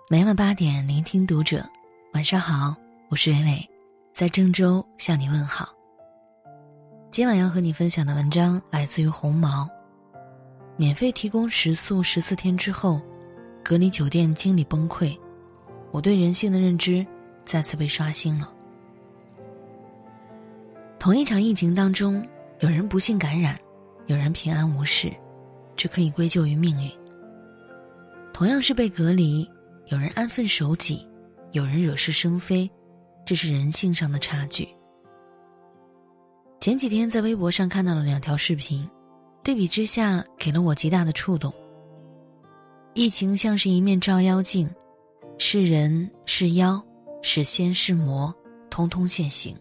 每晚8点聆听读者，晚上好，我是伟伟，在郑州向你问好。今晚要和你分享的文章来自于红毛。免费提供食宿14天之后，隔离酒店经理崩溃，我对人性的认知再次被刷新了。同一场疫情当中，有人不幸感染，有人平安无事，这可以归咎于命运。同样是被隔离，有人安分守己，有人惹是生非，这是人性上的差距。前几天在微博上看到了2条视频，对比之下给了我极大的触动。疫情像是一面照妖镜，是人是妖是仙是魔，通通现形。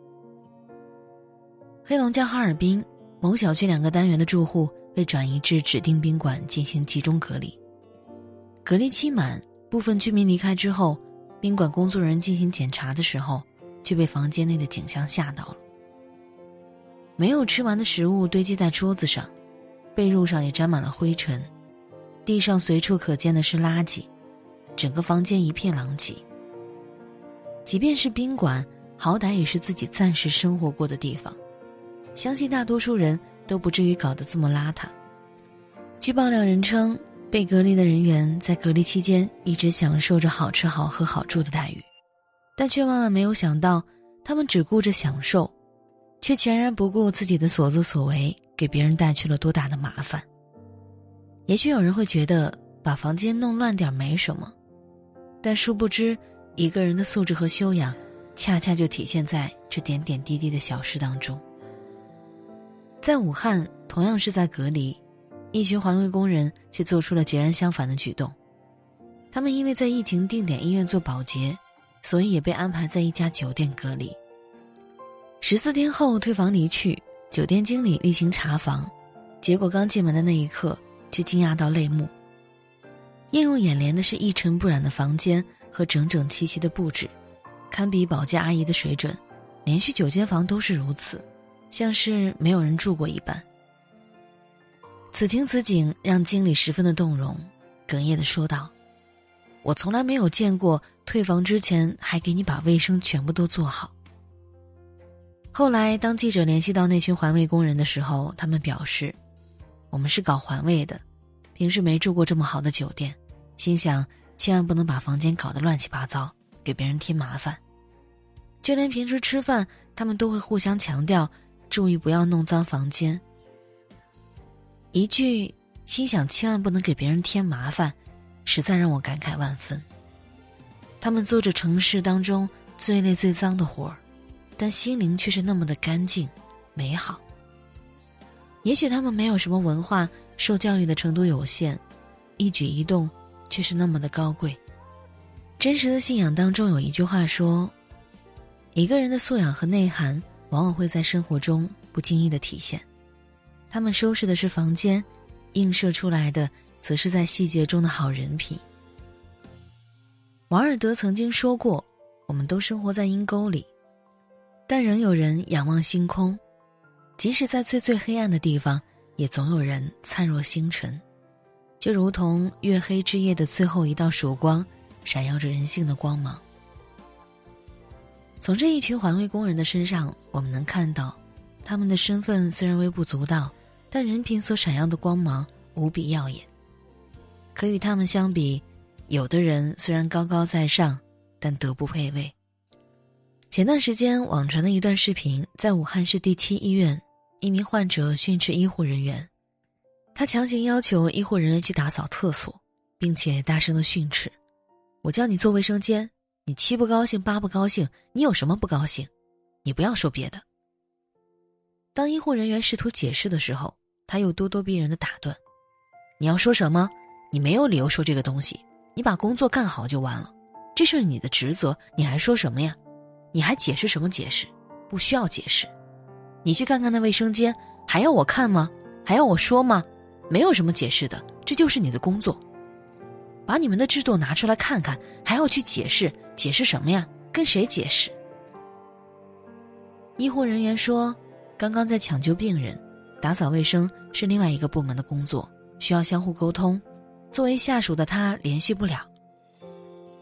黑龙江哈尔滨某小区2个单元的住户被转移至指定宾馆进行集中隔离。隔离期满，部分居民离开之后，宾馆工作人员进行检查的时候，却被房间内的景象吓到了。没有吃完的食物堆积在桌子上，被褥上也沾满了灰尘，地上随处可见的是垃圾，整个房间一片狼藉。即便是宾馆，好歹也是自己暂时生活过的地方，相信大多数人都不至于搞得这么邋遢。据爆料人称，被隔离的人员在隔离期间一直享受着好吃好喝好住的待遇，但却万万没有想到，他们只顾着享受，却全然不顾自己的所作所为给别人带去了多大的麻烦。也许有人会觉得把房间弄乱点没什么，但殊不知一个人的素质和修养恰恰就体现在这点点滴滴的小事当中。在武汉，同样是在隔离，一群环卫工人却做出了截然相反的举动。他们因为在疫情定点医院做保洁，所以也被安排在一家酒店隔离。14天后退房离去，酒店经理例行查房，结果刚进门的那一刻却惊讶到泪目。映入眼帘的是一尘不染的房间和整整齐齐的布置，堪比保洁阿姨的水准，连续9间房都是如此，像是没有人住过一般。此情此景让经理十分的动容，哽咽地说道：我从来没有见过退房之前还给你把卫生全部都做好。后来当记者联系到那群环卫工人的时候，他们表示，我们是搞环卫的，平时没住过这么好的酒店，心想千万不能把房间搞得乱七八糟，给别人添麻烦。就连平时吃饭，他们都会互相强调，注意不要弄脏房间。一句心想千万不能给别人添麻烦，实在让我感慨万分。他们做着城市当中最累最脏的活儿，但心灵却是那么的干净美好。也许他们没有什么文化，受教育的程度有限，一举一动却是那么的高贵。真实的信仰当中有一句话说，一个人的素养和内涵往往会在生活中不经意的体现。他们收拾的是房间，映射出来的则是在细节中的好人品。王尔德曾经说过，我们都生活在阴沟里，但仍有人仰望星空，即使在最最黑暗的地方，也总有人灿若星辰，就如同月黑之夜的最后一道曙光，闪耀着人性的光芒。从这一群环卫工人的身上，我们能看到，他们的身份虽然微不足道，但人品所闪耀的光芒无比耀眼。可与他们相比，有的人虽然高高在上，但德不配位。前段时间网传的一段视频，在武汉市第7医院，一名患者训斥医护人员，他强行要求医护人员去打扫厕所，并且大声地训斥，我叫你做卫生间，你7不高兴8不高兴，你有什么不高兴？你不要说别的。当医护人员试图解释的时候，他又咄咄逼人地打断，你要说什么？你没有理由说这个东西，你把工作干好就完了，这是你的职责，你还说什么呀？你还解释什么解释？不需要解释。你去看看那卫生间，还要我看吗？还要我说吗？没有什么解释的，这就是你的工作。把你们的制度拿出来看看，还要去解释，解释什么呀？跟谁解释？医护人员说，刚刚在抢救病人，打扫卫生是另外一个部门的工作，需要相互沟通，作为下属的他联系不了。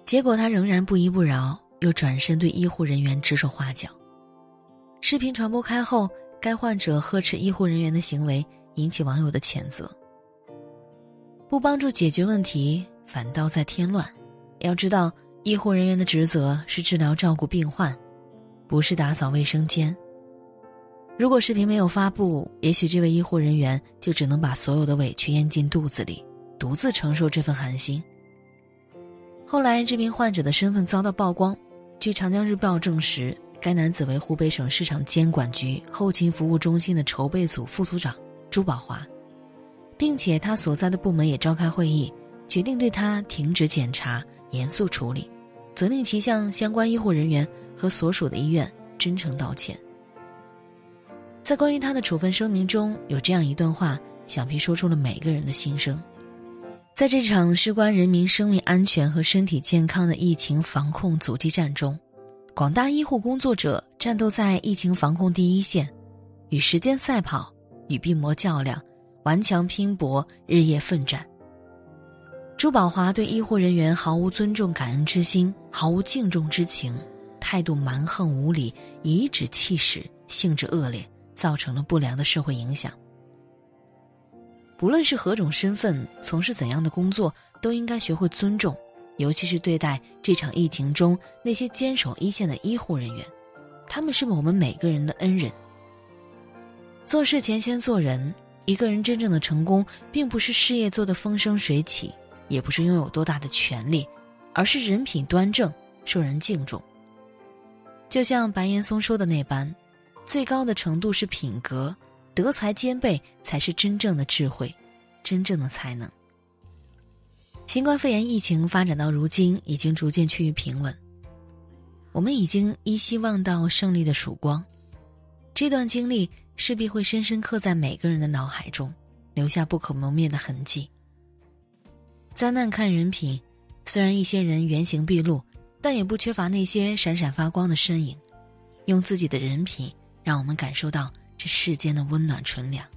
结果他仍然不依不饶，又转身对医护人员指手画脚。视频传播开后，该患者呵斥医护人员的行为引起网友的谴责。不帮助解决问题，反倒在添乱。要知道，医护人员的职责是治疗照顾病患，不是打扫卫生间。如果视频没有发布，也许这位医护人员就只能把所有的委屈咽进肚子里，独自承受这份寒心。后来这名患者的身份遭到曝光，据长江日报证实，该男子为湖北省市场监管局后勤服务中心的筹备组副组长朱宝华，并且他所在的部门也召开会议，决定对他停止检查，严肃处理，责令其向相关医护人员和所属的医院真诚道歉。在关于他的处分声明中，有这样一段话，想必说出了每个人的心声。在这场事关人民生命安全和身体健康的疫情防控阻击战中，广大医护工作者战斗在疫情防控第一线，与时间赛跑，与病魔较量，顽强拼搏，日夜奋战。朱宝华对医护人员毫无尊重感恩之心，毫无敬重之情，态度蛮横无理，颐指气使，性质恶劣，造成了不良的社会影响。不论是何种身份，从事怎样的工作，都应该学会尊重，尤其是对待这场疫情中那些坚守一线的医护人员，他们是我们每个人的恩人。做事前先做人，一个人真正的成功，并不是事业做得风生水起，也不是拥有多大的权力，而是人品端正，受人敬重。就像白岩松说的那般，最高的程度是品格，德才兼备才是真正的智慧，真正的才能。新冠肺炎疫情发展到如今，已经逐渐趋于平稳，我们已经依稀望到胜利的曙光。这段经历势必会深深刻在每个人的脑海中，留下不可磨灭的痕迹。灾难看人品，虽然一些人原形毕露，但也不缺乏那些闪闪发光的身影，用自己的人品让我们感受到这世间的温暖纯良。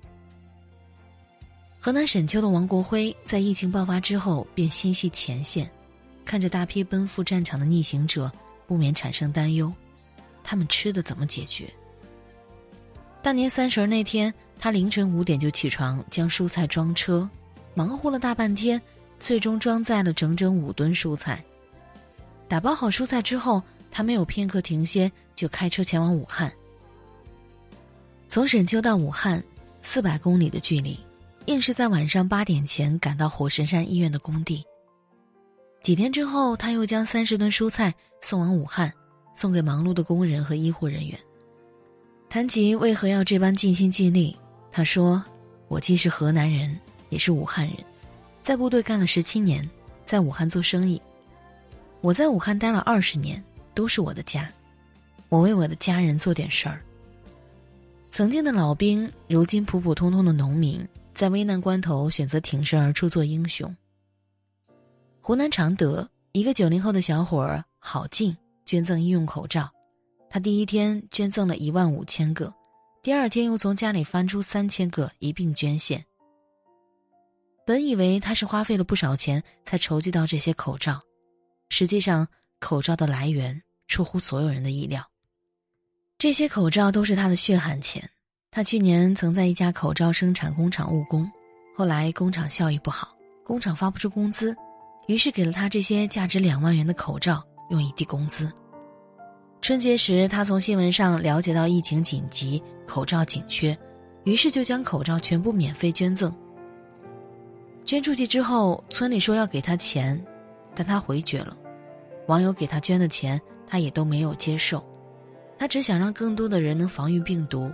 河南沈丘的王国辉在疫情爆发之后便心系前线，看着大批奔赴战场的逆行者，不免产生担忧，他们吃的怎么解决？大年30那天，他凌晨5点就起床，将蔬菜装车，忙活了大半天，最终装载了整整5吨蔬菜。打包好蔬菜之后，他没有片刻停歇，就开车前往武汉。从沈丘到武汉400公里的距离，硬是在晚上8点前赶到火神山医院的工地。几天之后，他又将30吨蔬菜送往武汉，送给忙碌的工人和医护人员。谈及为何要这般尽心尽力，他说：我既是河南人，也是武汉人，在部队干了17年，在武汉做生意。我在武汉待了20年，都是我的家，我为我的家人做点事儿。曾经的老兵，如今普普通通的农民，在危难关头选择挺身而出做英雄。湖南常德一个90后的小伙儿郝进捐赠医用口罩，他第一天捐赠了15000个，第二天又从家里翻出3000个一并捐献。本以为他是花费了不少钱才筹集到这些口罩，实际上口罩的来源出乎所有人的意料。这些口罩都是他的血汗钱。他去年曾在一家口罩生产工厂务工，后来工厂效益不好，工厂发不出工资，于是给了他这些价值2万元的口罩用以抵工资。春节时，他从新闻上了解到疫情紧急，口罩紧缺，于是就将口罩全部免费捐赠。捐出去之后，村里说要给他钱，但他回绝了。网友给他捐的钱，他也都没有接受。他只想让更多的人能防御病毒。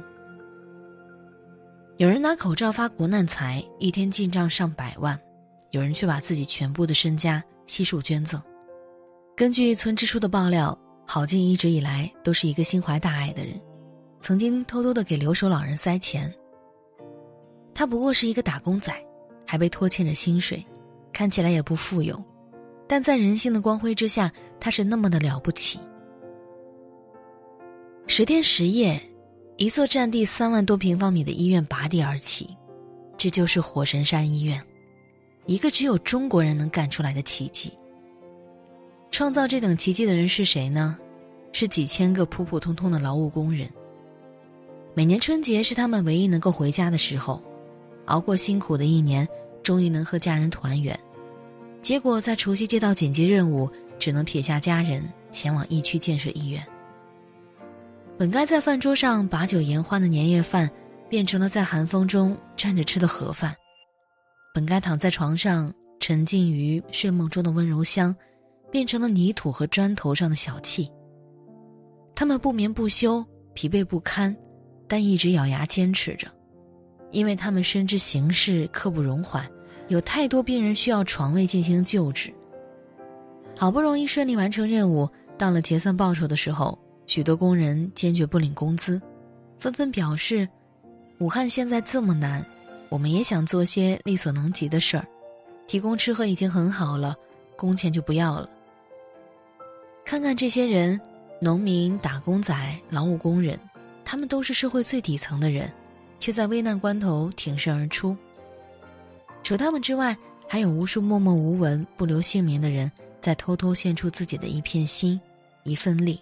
有人拿口罩发国难财，一天进账上100万，有人却把自己全部的身家悉数捐赠。根据村支书的爆料，郝进一直以来都是一个心怀大爱的人，曾经偷偷地给留守老人塞钱。他不过是一个打工仔，还被拖欠着薪水，看起来也不富有，但在人性的光辉之下，他是那么的了不起。10天10夜，一座占地3万多平方米的医院拔地而起，这就是火神山医院，一个只有中国人能干出来的奇迹。 创造这等奇迹的人是谁呢？是几千个普普通通的劳务工人。每年春节是他们唯一能够回家的时候，熬过辛苦的一年，终于能和家人团圆。结果在除夕接到紧急任务，只能撇下家人前往疫区建设医院。本该在饭桌上把酒言欢的年夜饭，变成了在寒风中站着吃的盒饭。本该躺在床上沉浸于睡梦中的温柔乡，变成了泥土和砖头上的小憩。他们不眠不休，疲惫不堪，但一直咬牙坚持着，因为他们深知形势刻不容缓，有太多病人需要床位进行救治。好不容易顺利完成任务，到了结算报酬的时候，许多工人坚决不领工资，纷纷表示，武汉现在这么难，我们也想做些力所能及的事儿，提供吃喝已经很好了，工钱就不要了。看看这些人，农民、打工仔、劳务工人，他们都是社会最底层的人，却在危难关头挺身而出。除他们之外，还有无数默默无闻、不留姓名的人，在偷偷献出自己的一片心、一份力。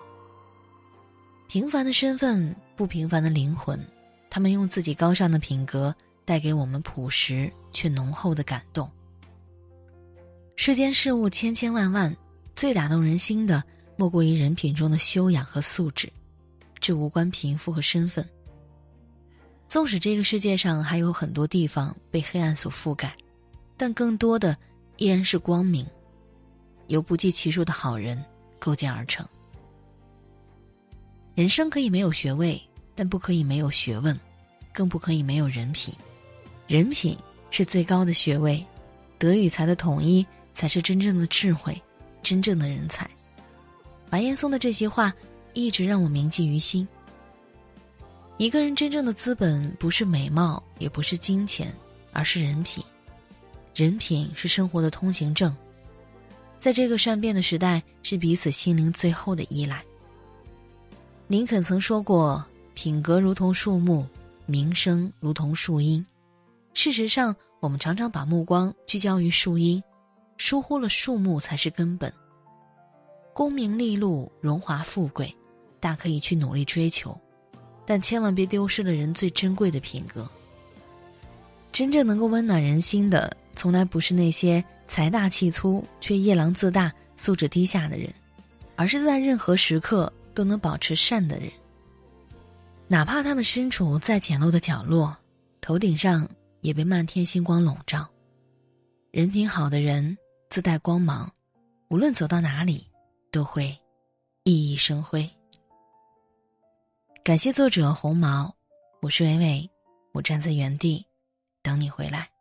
平凡的身份，不平凡的灵魂，他们用自己高尚的品格带给我们朴实却浓厚的感动。世间事物千千万万，最打动人心的莫过于人品中的修养和素质，这无关贫富和身份。纵使这个世界上还有很多地方被黑暗所覆盖，但更多的依然是光明，由不计其数的好人构建而成。人生可以没有学位，但不可以没有学问，更不可以没有人品。人品是最高的学位，德与才的统一才是真正的智慧，真正的人才。白岩松的这些话一直让我铭记于心。一个人真正的资本不是美貌，也不是金钱，而是人品。人品是生活的通行证，在这个善变的时代，是彼此心灵最后的依赖。林肯曾说过，品格如同树木，名声如同树荫。事实上，我们常常把目光聚焦于树荫，疏忽了树木才是根本。功名利禄、荣华富贵，大可以去努力追求，但千万别丢失了人最珍贵的品格。真正能够温暖人心的，从来不是那些财大气粗却夜郎自大、素质低下的人，而是在任何时刻都能保持善的人。哪怕他们身处在简陋的角落，头顶上也被漫天星光笼罩。人品好的人自带光芒，无论走到哪里都会熠熠生辉。感谢作者红毛，我是伟伟，我站在原地等你回来。